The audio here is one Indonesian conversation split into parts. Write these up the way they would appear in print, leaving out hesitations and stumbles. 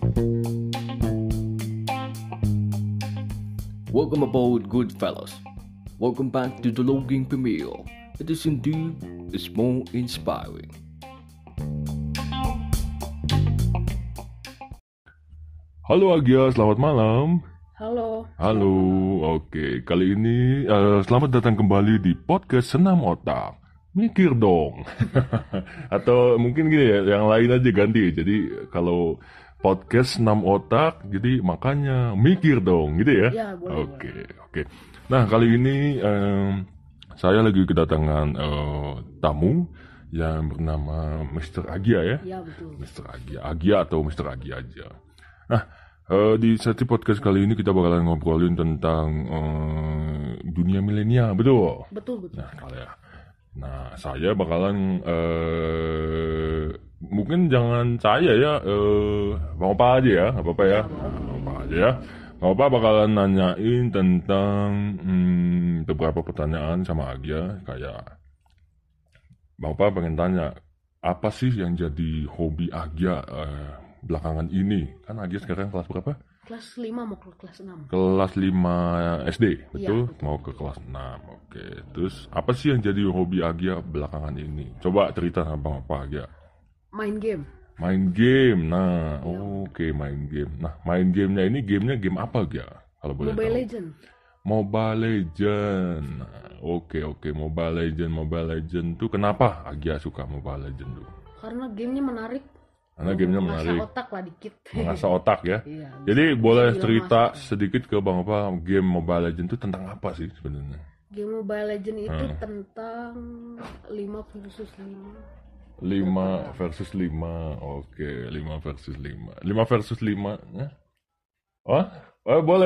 Welcome aboard, good fellas. Welcome back to the Logging Premiere. It is indeed is more inspiring. Halo Agia, selamat malam. Halo. Halo, oke. Kali ini selamat datang kembali di podcast Senam Otak. Mikir dong. Atau mungkin gini ya, yang lain aja ganti. Jadi kalau podcast Senam Otak, jadi makanya mikir dong, gitu ya? Ya, boleh. Oke. Nah, kali ini saya lagi kedatangan tamu yang bernama Mr. Agia ya? Ya, betul. Mr. Agia atau Mr. Agia aja. Nah, di sesi podcast kali ini kita bakalan ngobrolin tentang dunia milenial, betul? Betul. Nah, saya bakalan mungkin jangan saya ya, Bang Opa aja ya, nggak apa-apa ya, Bang Opa aja ya. Bang Opa bakalan nanyain tentang beberapa pertanyaan sama Agia, kayak Bang Opa pengen tanya, apa sih yang jadi hobi Agia belakangan ini? Kan Agia sekarang kelas berapa? Kelas 5 mau ke kelas 6. Kelas 5 SD, betul? Iya, betul. Mau ke kelas 6, oke. Terus apa sih yang jadi hobi Agia belakangan ini? Coba cerita sama Bang Agia. Main game. Main game, nah Iya. oke, main game. Nah, main gamenya ini gamenya game apa Agia? Kalau boleh Mobile tahu. Legend. Mobile Legend. Nah, oke, Mobile Legend tuh kenapa Agia suka Mobile Legend tuh? Karena gamenya menarik. Karena gamenya Mengasah menarik, otak lah dikit. mengasah otak ya. Iya. Jadi boleh dibilang cerita masuk. sedikit ke Bang apa game Mobile Legend itu tentang apa sih sebenarnya? Game Mobile Legend itu tentang 5 versus 5. 5 versus 5. Oke, 5 versus 5. 5 versus 5. Ya? Oh, boleh.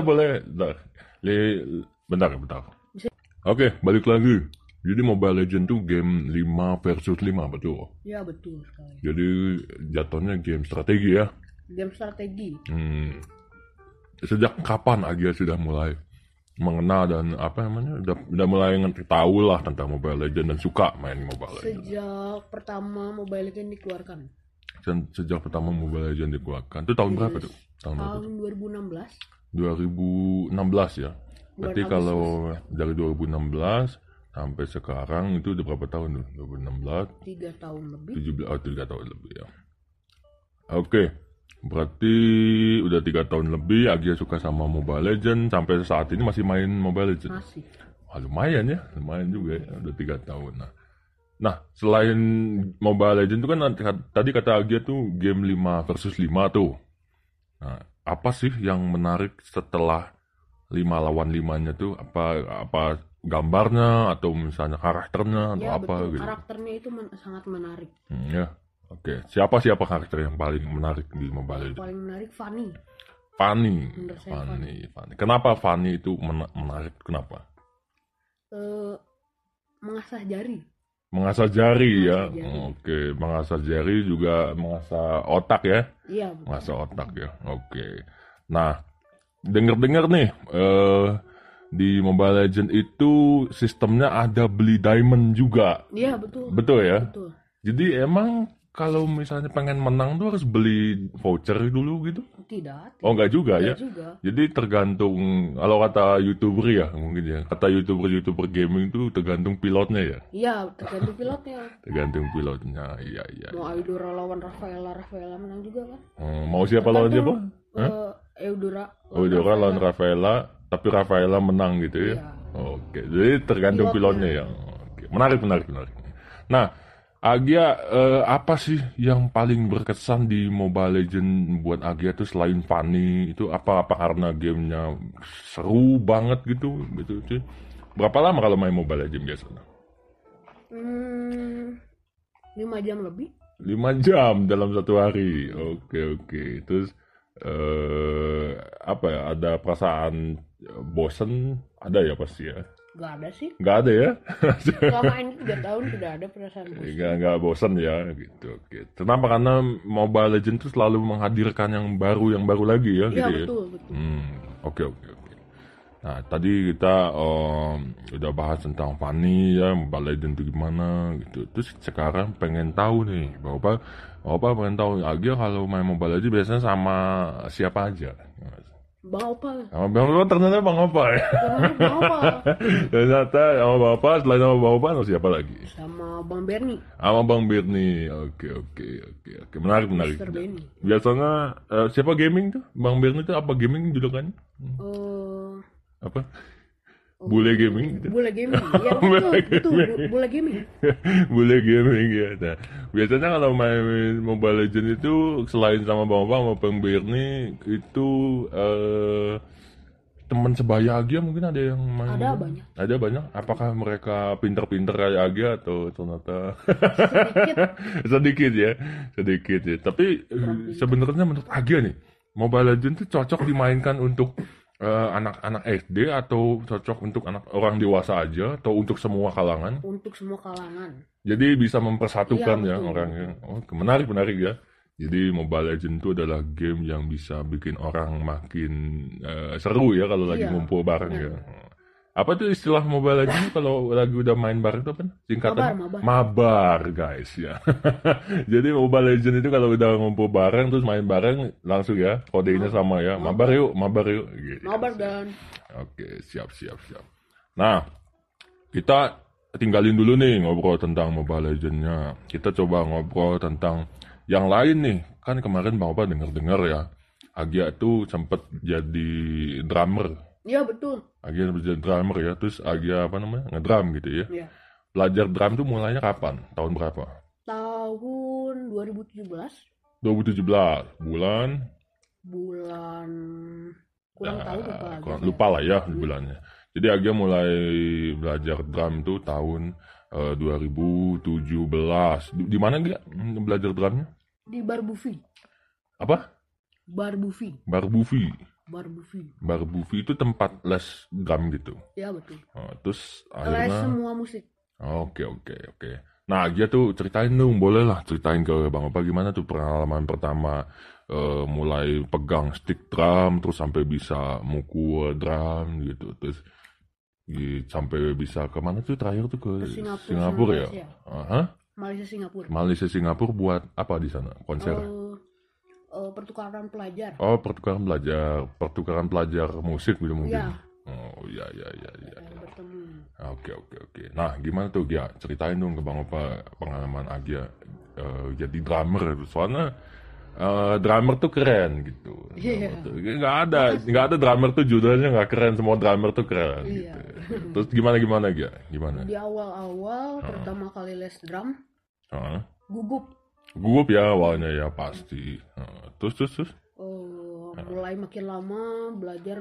Bentar. Bisa. Oke, balik lagi. Jadi Mobile Legend tuh game 5 versus 5, betul? Ya, betul sekali. Jadi jatuhnya game strategi ya? Game strategi. Sejak kapan Agia sudah mulai mengenal dan udah mulai tahu lah tentang Mobile Legend dan suka main Mobile Legend? Sejak pertama Mobile Legend dikeluarkan. Sejak pertama Mobile Legend dikeluarkan itu tahun berapa tuh? Tahun berapa? Tahun 2016. 2016 ya. Berarti Bulan kalau dari 2016 sampai sekarang itu udah berapa tahun tuh? 2016, 3 tahun lebih. 3 tahun lebih ya. Oke. Berarti udah 3 tahun lebih Agia suka sama Mobile Legend. Sampai saat ini masih main Mobile Legend? Masih. Lumayan juga ya. Udah 3 tahun. Nah, selain Mobile Legend itu kan tadi kata Agia tuh game 5 versus 5 tuh. Nah, apa sih yang menarik setelah 5 lawan 5-nya tuh? Apa gambarnya atau misalnya karakternya atau Ya, apa betul. gitu? Karakternya itu sangat menarik. Ya. Oke. Siapa karakter yang paling menarik di Mobile Legends? Paling menarik Fanny. Menurut saya Fanny. Kenapa Fanny itu menarik? Kenapa? Mengasah jari. Mengasah jari ya. Mengasah jari. Oke, mengasah jari juga mengasah otak ya. Iya, betul. Mengasah otak ya. Oke. Nah, dengar nih di Mobile Legend itu sistemnya ada beli diamond juga. Iya, betul. Betul ya? Betul. Jadi emang kalau misalnya pengen menang tuh harus beli voucher dulu gitu? Tidak. Oh, enggak juga ya? Tidak juga. Jadi tergantung, kalau kata YouTuber ya mungkin ya, kata YouTuber gaming itu tergantung pilotnya ya? Iya, tergantung pilotnya. Tergantung pilotnya, iya. Mau Eudora lawan Rafaela menang juga kan? Mau siapa lawan siapa? Eudora Lawan Rafaela, tapi Rafaela menang gitu ya? Iya. Oke, jadi tergantung pilotnya ya? Oke. Menarik. Nah, Agia, apa sih yang paling berkesan di Mobile Legend buat Agia tuh selain Fanny itu apa karena gamenya seru banget gitu sih? Berapa lama kalau main Mobile Legend biasanya? 5 jam lebih. 5 jam dalam satu hari. Oke. Terus ada perasaan bosen? Ada ya pasti ya? Gak ada sih. Nggak ada ya? Selama ini 3 tahun tidak ada perasaan bosan. Nggak bosan ya gitu. Kenapa? Karena Mobile Legends itu selalu menghadirkan yang baru lagi ya, Iya, gitu betul. Oke. Nah, tadi kita udah bahas tentang Fanny ya, Mobile Legends itu gimana gitu. Terus sekarang pengen tahu nih bahwa Opa pengen tahu Agia kalau main Mobile Legends biasanya sama siapa aja? Bang Opa. Sama Bang Opa, ternyata Bang Opa ya. Bang Opa. Ternyata sama Bang Opa, selain sama Bang Opa, sama siapa lagi? Sama Bang Berni. Sama Bang Birni. Oke. Menarik. Mr. Benny. Biasanya siapa gaming tuh? Bang Birni tuh apa gaming julukannya? Apa? Bule gaming gitu. Bule gaming. Ya Bule betul. Bule gaming. Bule gaming ya. Nah, biasanya kalau main Mobile Legends itu selain sama Bang Opa sama Bang Birni itu teman sebaya Agia mungkin ada yang main? Ada banyak. Ada banyak. Apakah mereka pinter-pinter kayak Agia atau ternyata sedikit ya? Tapi sebenarnya menurut Agia nih, Mobile Legends itu cocok dimainkan untuk anak-anak SD atau cocok untuk orang dewasa aja atau untuk semua kalangan? Untuk semua kalangan. Jadi bisa mempersatukan Iya, ya betul. orangnya. Oh, menarik ya. Jadi Mobile Legends itu adalah game yang bisa bikin orang makin seru ya kalau lagi Iya, ngumpul bareng ya. Apa tuh istilah Mobile Legends kalau lagi udah main bareng itu apa? Singkatan? Mabar. Mabar guys ya. Jadi Mobile Legends itu kalau udah ngumpul bareng terus main bareng langsung ya kodenya sama ya. Mabar yuk. Gitu. Mabar dan. Oke, siap. Nah, kita tinggalin dulu nih ngobrol tentang Mobile Legends-nya. Kita coba ngobrol tentang yang lain nih. Kan kemarin Bang Opa dengar ya, Agia tuh sempet jadi drummer. Iya betul. Agia jadi drummer ya, terus Agia ngedrum gitu ya. Iya. Belajar drum tuh mulainya kapan? Tahun berapa? Tahun 2017. 2017, bulan Kurang tahu lupa lah ya bulannya. Jadi Agia mulai belajar drum tuh tahun 2017. Di mana Agia belajar drumnya? Di Barbuvi. Apa? Barbuvi. Barbuvi itu tempat les drum gitu. Ya betul. Terus Les akhirnya semua musik. Oke. Nah, Agia tuh ceritain dong, boleh lah ceritain ke Bang Opa gimana tuh pengalaman pertama mulai pegang stick drum terus sampai bisa mukul drum gitu, terus sampai bisa kemana tuh terakhir tuh ke Singapura ya? Malaysia Singapura buat apa di sana konser? Pertukaran pelajar. Oh, pertukaran pelajar musik gitu mungkin. Ya. Oh iya. Bertemu. Oke. Nah, gimana tuh Gia? Ceritain dong ke Bang Opa pengalaman Agia jadi drummer. Soalnya drummer tuh keren gitu. Iya. Nggak ada drummer tuh judulnya nggak keren. Semua drummer tuh keren. Iya. Gitu. Terus gimana Gia? Gimana? Di awal pertama kali les drum, Gugup ya awalnya ya pasti. Terus? Mulai makin lama belajar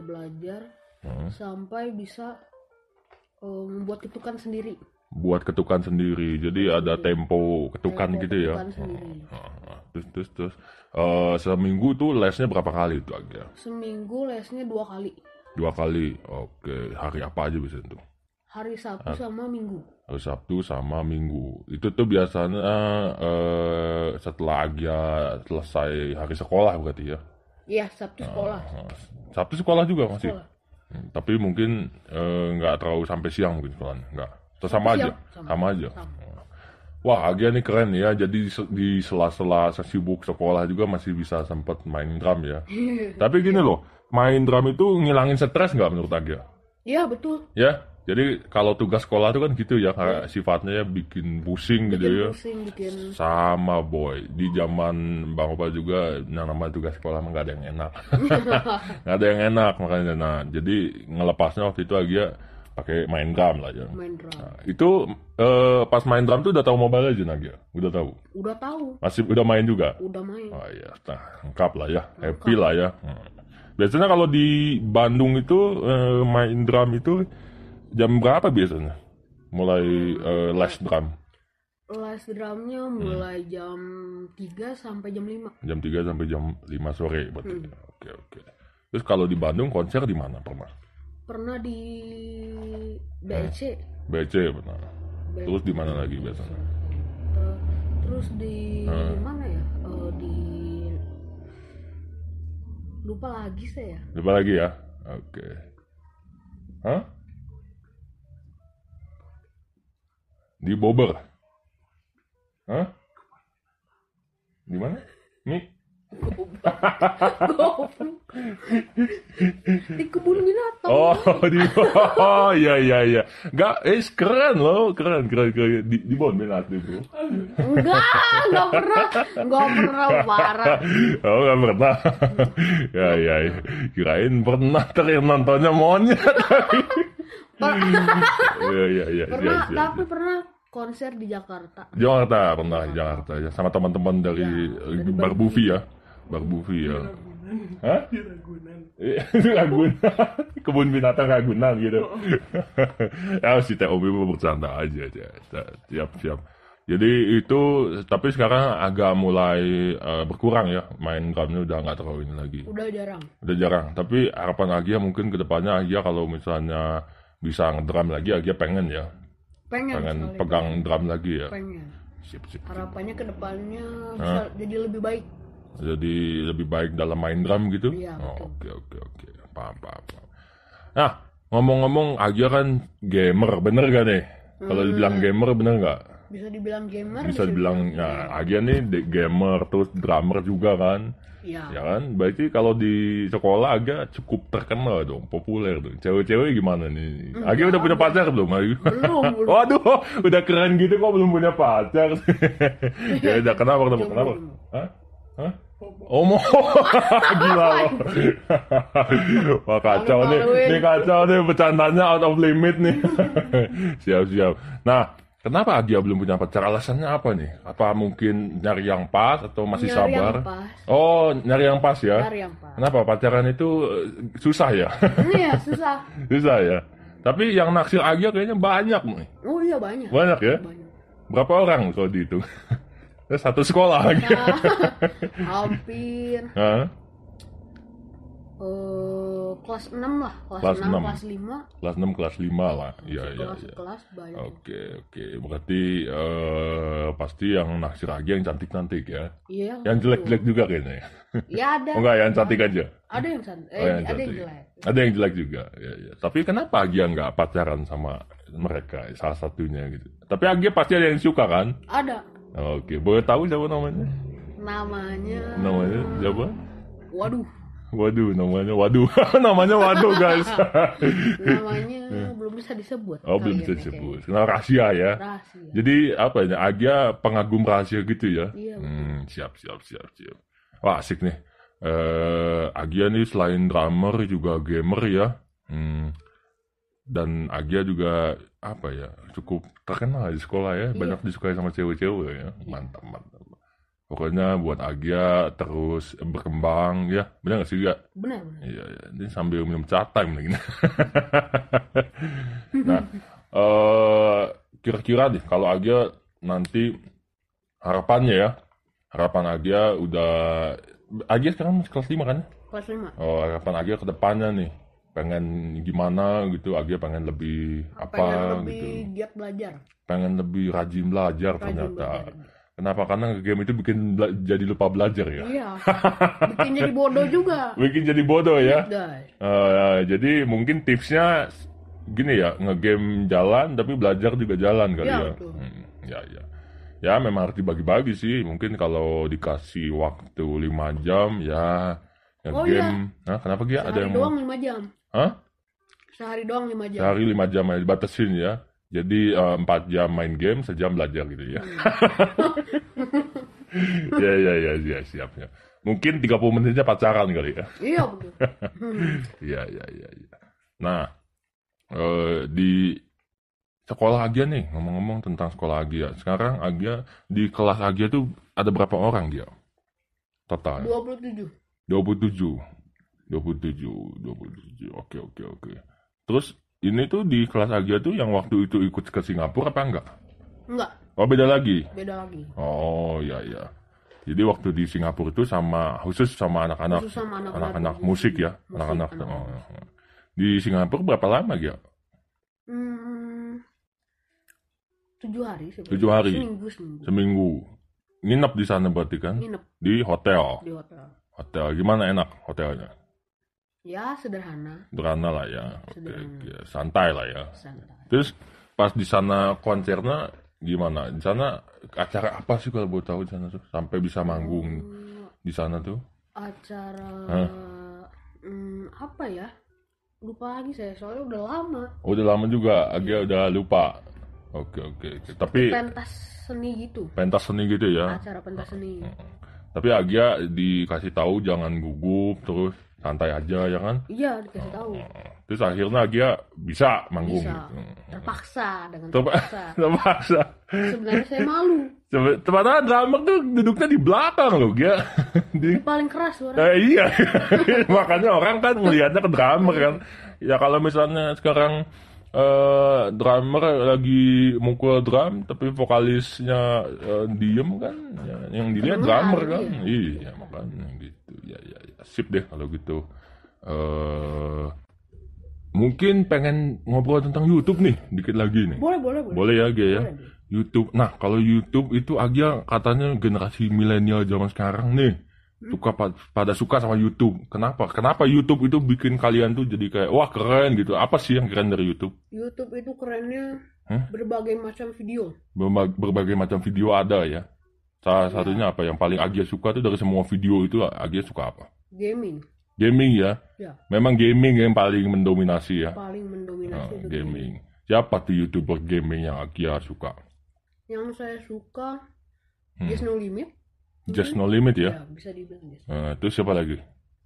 sampai bisa membuat ketukan sendiri. Buat ketukan sendiri, jadi ada tempo ketukan gitu ya. Terus seminggu tuh lesnya berapa kali tuh Agia? Seminggu lesnya 2 kali. 2 kali. Oke, hari apa aja biasanya tuh? Hari Sabtu sama Minggu. Hari Sabtu sama Minggu. Itu tuh biasanya setelah Agia selesai hari sekolah berarti ya? Iya, Sabtu sekolah. Sabtu sekolah juga masih? Sekolah. Tapi mungkin nggak terlalu sampai siang mungkin sekolahnya, nggak? Atau sama aja? Sama aja. Wah, Agia nih keren ya. Jadi di sela-sela sibuk sekolah juga masih bisa sempat main drum ya. Tapi gini loh, main drum itu ngilangin stres nggak menurut Agia? Iya, betul. Ya, jadi kalau tugas sekolah itu kan gitu ya, kayak sifatnya bikin pusing gitu ya. Sama boy, di zaman Bang Opa juga yang namanya tugas sekolah nggak ada yang enak. Nggak ada yang enak makanya. Nah, jadi ngelepasnya waktu itu Agia pakai main drum lah ya. Main drum. Nah, itu pas main drum tuh udah tahu Mobile Legends Agia? Udah tahu? Udah tahu. Masih udah main juga? Udah main. Oh iya, nah, lengkap lah ya, happy lah ya. Biasanya kalau di Bandung itu main drum itu jam berapa biasanya? Mulai les drum? Les drumnya mulai jam 3 sampai jam 5. Jam 3 sampai jam 5 sore berarti. Oke. Terus kalau di Bandung konser di mana pernah? Pernah di BC. BC pernah. Terus di mana lagi biasanya? Terus di mana ya? Lupa lagi saya. Lupa lagi ya? Oke. Hah? Di Bogor? Hah? Di mana? Nih. Goblok. Di kebun binatang. Oh, iya. Enggak, keren loh, keren. Di Bon Binatang bro. Enggak pernah parah. Oh, enggak pernah. Ya. Kirain pernah nontonnya monyet. Iya. Pernah, siap. tapi pernah konser di Jakarta. Pernah di Jakarta ya, sama teman-teman dari Barbuvi ya. Hah? Di Ragunan. Kebun binatang Ragunan gitu. Ya si TOB bercanda aja. Siap. Jadi itu, tapi sekarang agak mulai berkurang ya, main drumnya udah nggak terlalu ini lagi. Udah Jarang. Tapi harapan Agia mungkin kedepannya Agia kalau misalnya bisa ngedrum lagi, Agia pengen ya. Pengen pegang drum lagi ya. Pengen. Siap. Harapannya kedepannya bisa jadi lebih baik. Jadi lebih baik dalam main drum gitu. Iya, Oke. Paham. Nah, ngomong-ngomong Agia kan gamer, bener gak nih? Kalau dibilang gamer bener gak? Bisa dibilang gamer. Bisa dibilang, ya Agia nih gamer terus drummer juga kan. Iya. Ya kan? Berarti kalau di sekolah agak cukup terkenal dong, populer dong. Cewek-cewek gimana nih? Agia udah punya pacar belum? Belum. Waduh, udah keren gitu kok belum punya pacar. Ya udah, kenapa? Hah? Omo. Gila loh. Wah kacau nih kacau nih, bercandanya out of limit nih. Siap. Nah, kenapa Agia belum punya pacar? Alasannya apa nih? Apa mungkin nyari yang pas atau masih Nyari sabar? yang pas. Oh, nyari yang pas ya? Nyari yang pas. Kenapa pacaran itu susah ya? Iya, susah. Susah ya? Tapi yang naksir Agia kayaknya banyak nih. Oh iya, banyak. Banyak ya? Banyak. Berapa orang kalau dihitung? Satu sekolah lagi. Hampir. Hah? Kelas 6 lah. Kelas 6. Kelas 5. Kelas 6, kelas 5 lah. Iya. Kelas banyak. Oke. Berarti pasti yang naksir Agia yang cantik-cantik ya. Iya. Yang jelek-jelek juga kayaknya ya. Ya ada. Enggak, yang cantik aja. Ada yang cantik. Yang Ada yang cantik. jelek. Ada yang jelek juga. Ya. Tapi kenapa Agia nggak pacaran sama mereka? Salah satunya gitu. Tapi Agia pasti ada yang suka kan? Ada. Oke. Boleh tahu siapa namanya? Namanya siapa? Waduh, namanya waduh. Namanya waduh, guys. namanya belum bisa disebut. Oh, belum bisa disebut. Karena rahasia ya. Rahasia. Jadi apa ya? Agia pengagum rahasia gitu ya. Iya. Siap. Wah, asik nih. Agia nih selain drummer juga gamer ya. Dan Agia juga apa ya? Cukup terkenal di sekolah ya. Banyak disukai sama cewek-cewek ya. Mantap. Pokoknya buat Agia terus berkembang ya. Benar nggak sih, Ga? Benar. Iya. Ini sambil minum cat time lagi. Nah, kira-kira nih kalau Agia nanti harapan Agia udah, Agia sekarang kelas 5 kan? Kelas 5. Oh, harapan Agia ke depannya nih, pengen gimana gitu? Agia pengen lebih apa pengen lebih gitu? giat belajar. Pengen lebih rajin belajar ternyata. Kenapa? Karena game itu bikin jadi lupa belajar ya? Iya. Bikin jadi bodoh juga. Bikin jadi bodoh ya? Guys. Jadi mungkin tipsnya gini ya, ngegame jalan tapi belajar juga jalan kali ya? Betul. Ya memang harus dibagi-bagi sih. Mungkin kalau dikasih waktu 5 jam ya ngegame. Nah, kenapa Gia? Ada yang doang 5 jam. Hah? Sehari doang 5 jam. Sehari 5 jam aja dibatasin ya. Jadi 4 jam main game, sejam belajar gitu ya. Ya, siap ya. Mungkin 30 menitnya pacaran kali ya. Iya betul. Iya. Nah, di sekolah Agia nih, ngomong-ngomong tentang sekolah Agia. Sekarang Agia di kelas Agia tuh ada berapa orang dia? Total. 27. 27. Oke. Terus ini tuh di kelas Agia tuh yang waktu itu ikut ke Singapura apa enggak? Enggak. Oh, beda lagi? Beda lagi. Oh, iya. Jadi waktu di Singapura itu khusus sama anak-anak musik ya? Anak-anak. Di Singapura berapa lama ya? 7 hari. 7 hari? Seminggu. Nginep di sana berarti kan? Nginep. Di hotel? Di hotel. Hotel, gimana enak hotelnya? Ya, sederhana lah ya. Oke. Santai lah ya. Santai. Terus pas di sana konsernya gimana? Di sana acara apa sih kalau boleh tahu di sana tuh? Sampai bisa manggung di sana tuh? Acara apa ya? Lupa lagi saya, soalnya udah lama. Oh, udah lama juga, agak udah lupa. Oke. Tapi Pentas seni gitu. pentas seni gitu ya. Acara pentas seni. Tapi Agia dikasih tahu jangan gugup, terus santai aja ya kan? Iya, dikasih tahu. Terus akhirnya Agia bisa manggung. Bisa. Gitu. Terpaksa dengan terpaksa. Terpaksa. Sebenarnya saya malu. Padahal drummer tuh duduknya di belakang loh, Gia. Itu paling keras suara. Iya, makanya orang kan ngelihatnya ke drummer kan. Ya kalau misalnya sekarang drummer lagi mukul drum, tapi vokalisnya diem kan, ya, yang dilihat drummer kan. Iya, makanya gitu. Ya, sip deh kalau gitu. Mungkin pengen ngobrol tentang YouTube nih, dikit lagi nih. Boleh. Boleh ya, Gia ya. Boleh. YouTube. Nah, kalau YouTube itu Agia katanya generasi milenial zaman sekarang nih pada suka sama YouTube. Kenapa? Kenapa YouTube itu bikin kalian tuh jadi kayak wah keren gitu? Apa sih yang keren dari YouTube? YouTube itu kerennya berbagai macam video. Berbagai macam video ada ya. Salah satunya apa yang paling Agia suka tuh dari semua video itu Agia suka apa? Gaming. Gaming ya. Ya. Memang gaming yang paling mendominasi ya. Paling mendominasi itu gaming. Siapa tuh YouTuber gaming yang Agia suka? Yang saya suka Just No Limit. Just No Limit ya? Ya, bisa dibilang Just. Terus siapa lagi?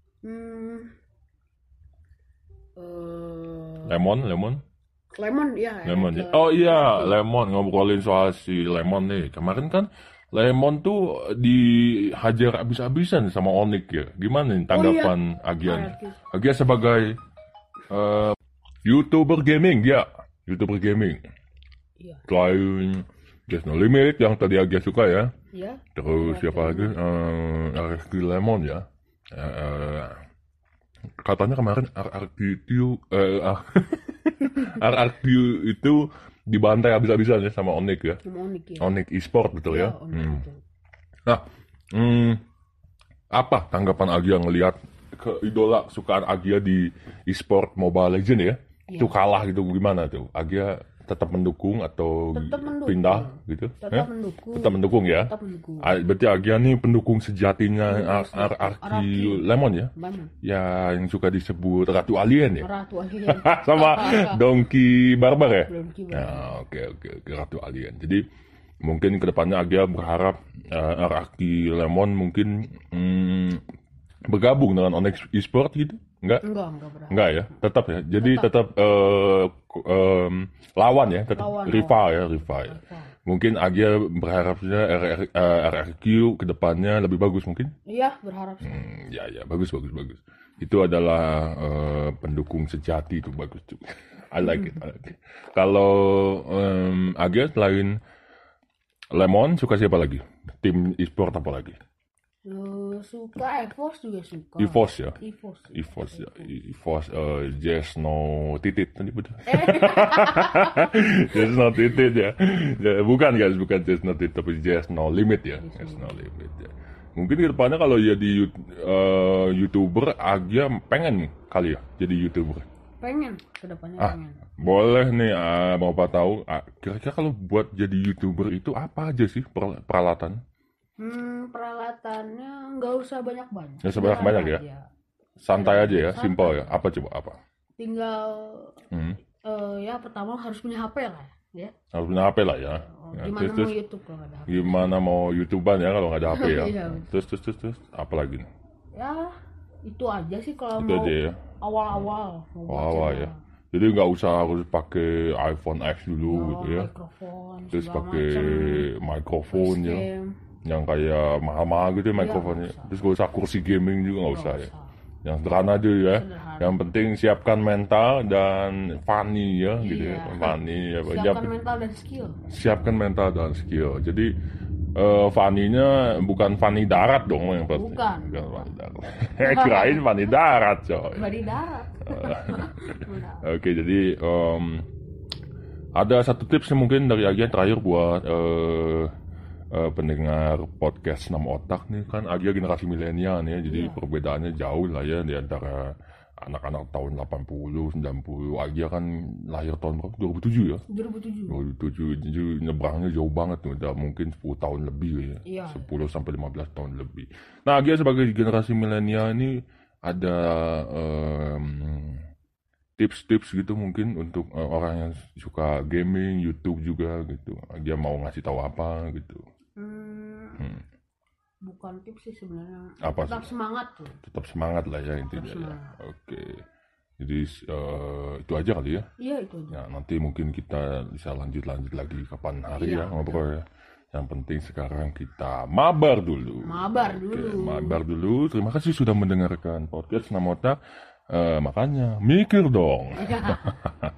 Lemon ya. Lemon ya. Oh iya, Lemon, ngobrolin soal si Lemon nih. Kemarin kan Lemon tuh dihajar abis-abisan sama Onyx ya. Gimana nih tanggapan Agia nih? Agia sebagai YouTuber gaming ya. YouTuber gaming. Iya. Selain Just No Limit yang tadi Agia suka ya. Iya. Terus siapa lagi? RRQ Lemon ya. Katanya kemarin RRQ itu dibantai habis-habisan ya sama Onyx ya. Onyx e-sport betul ya. Nah, apa tanggapan Agia ngelihat ke idola kesukaan Agia di e-sport Mobile Legends ya? Itu kalah gitu gimana tuh? Agia tetap mendukung atau pindah gitu? Tetap mendukung. Tetap mendukung ya. Tetap mendukung. Berarti Agia nih pendukung sejatinya RRQ Lemon ya. Ya yang suka disebut Ratu Alien ya. Ratu Alien. Sama Donkey Barbar ya. Donkey Barbar. Nah, oke Ratu Alien. Jadi mungkin kedepannya Agia berharap RRQ Lemon mungkin bergabung dengan Onyx Esport gitu. Enggak berharap. Enggak ya, tetap ya. Jadi tetap lawan ya, tetap rival ya. Mungkin Agia berharapnya RRQ kedepannya lebih bagus mungkin. Iya, berharap. Ya, bagus. Itu adalah pendukung sejati itu bagus tuh. I like it. Kalau Agia selain Lemon suka siapa lagi? Tim e-sport apa lagi? Suka EVOS juga suka. EVOS ya. EVOS. Just No Titit tadi betul. Just No Titit ya. Bukan Just No Titit tapi Just No Limit ya. Just No Limit ya. Mungkin ke depannya kalau jadi YouTuber Agia pengen kali ya jadi YouTuber. Pengen kedepannya pengen. Boleh nih mau tahu kira-kira kalau buat jadi YouTuber itu apa aja sih peralatan? Peralatannya nggak usah banyak-banyak. Nggak usah banyak-banyak ya? Santai aja ya, simple ya. Apa coba apa? Tinggal ya pertama harus punya HP lah ya. Harus punya HP lah ya. Gimana mau YouTube kalau nggak ada HP? Gimana mau YouTuber ya kalau nggak ada HP ya? Iya, terus apa lagi? Ya itu aja sih kalau itu mau aja ya? awal-awal ya. Jadi nggak usah harus pakai iPhone X dulu gitu ya. Terus pakai mikrofon ya. Yang kayak mahal-mahal gitu ya mikrofonnya. Terus gak usah kursi gaming juga gak usah ya. Yang sederhana aja ya. Yang penting siapkan mental dan funny ya gitu ya. Funny ya. Siapkan mental dan skill. Jadi funny-nya bukan funny darat dong yang pasti. Bukan funny darat. Kirain funny darat coy. Funny darat. Oke, jadi ada satu tips mungkin dari Agia terakhir buat pendengar podcast 6 Otak nih kan Agia generasi milenial nih ya, jadi perbedaannya jauh lah ya di antara anak-anak tahun 80, 90. Agia kan lahir tahun berapa? 2007 ya? 2007. 2007, jadi nyebrangnya jauh banget tuh, udah mungkin 10 tahun lebih ya. Iya. 10 sampai 15 tahun lebih. Nah, Agia sebagai generasi milenial ini ada tips-tips gitu mungkin untuk orang yang suka gaming, YouTube juga gitu. Dia mau ngasih tahu apa gitu. Bukan tips sih sebenarnya. Apa Tetap sih? semangat tuh. Tetap semangat lah ya intinya ya. semangat. Oke. Jadi itu aja kali ya. Iya itu aja. Ya, nanti mungkin kita bisa lanjut lagi kapan hari Iya, ya ngobrol ya. Yang penting sekarang kita mabar dulu. Mabar Oke, dulu. mabar dulu. Terima kasih sudah mendengarkan podcast Namota. Makanya mikir dong.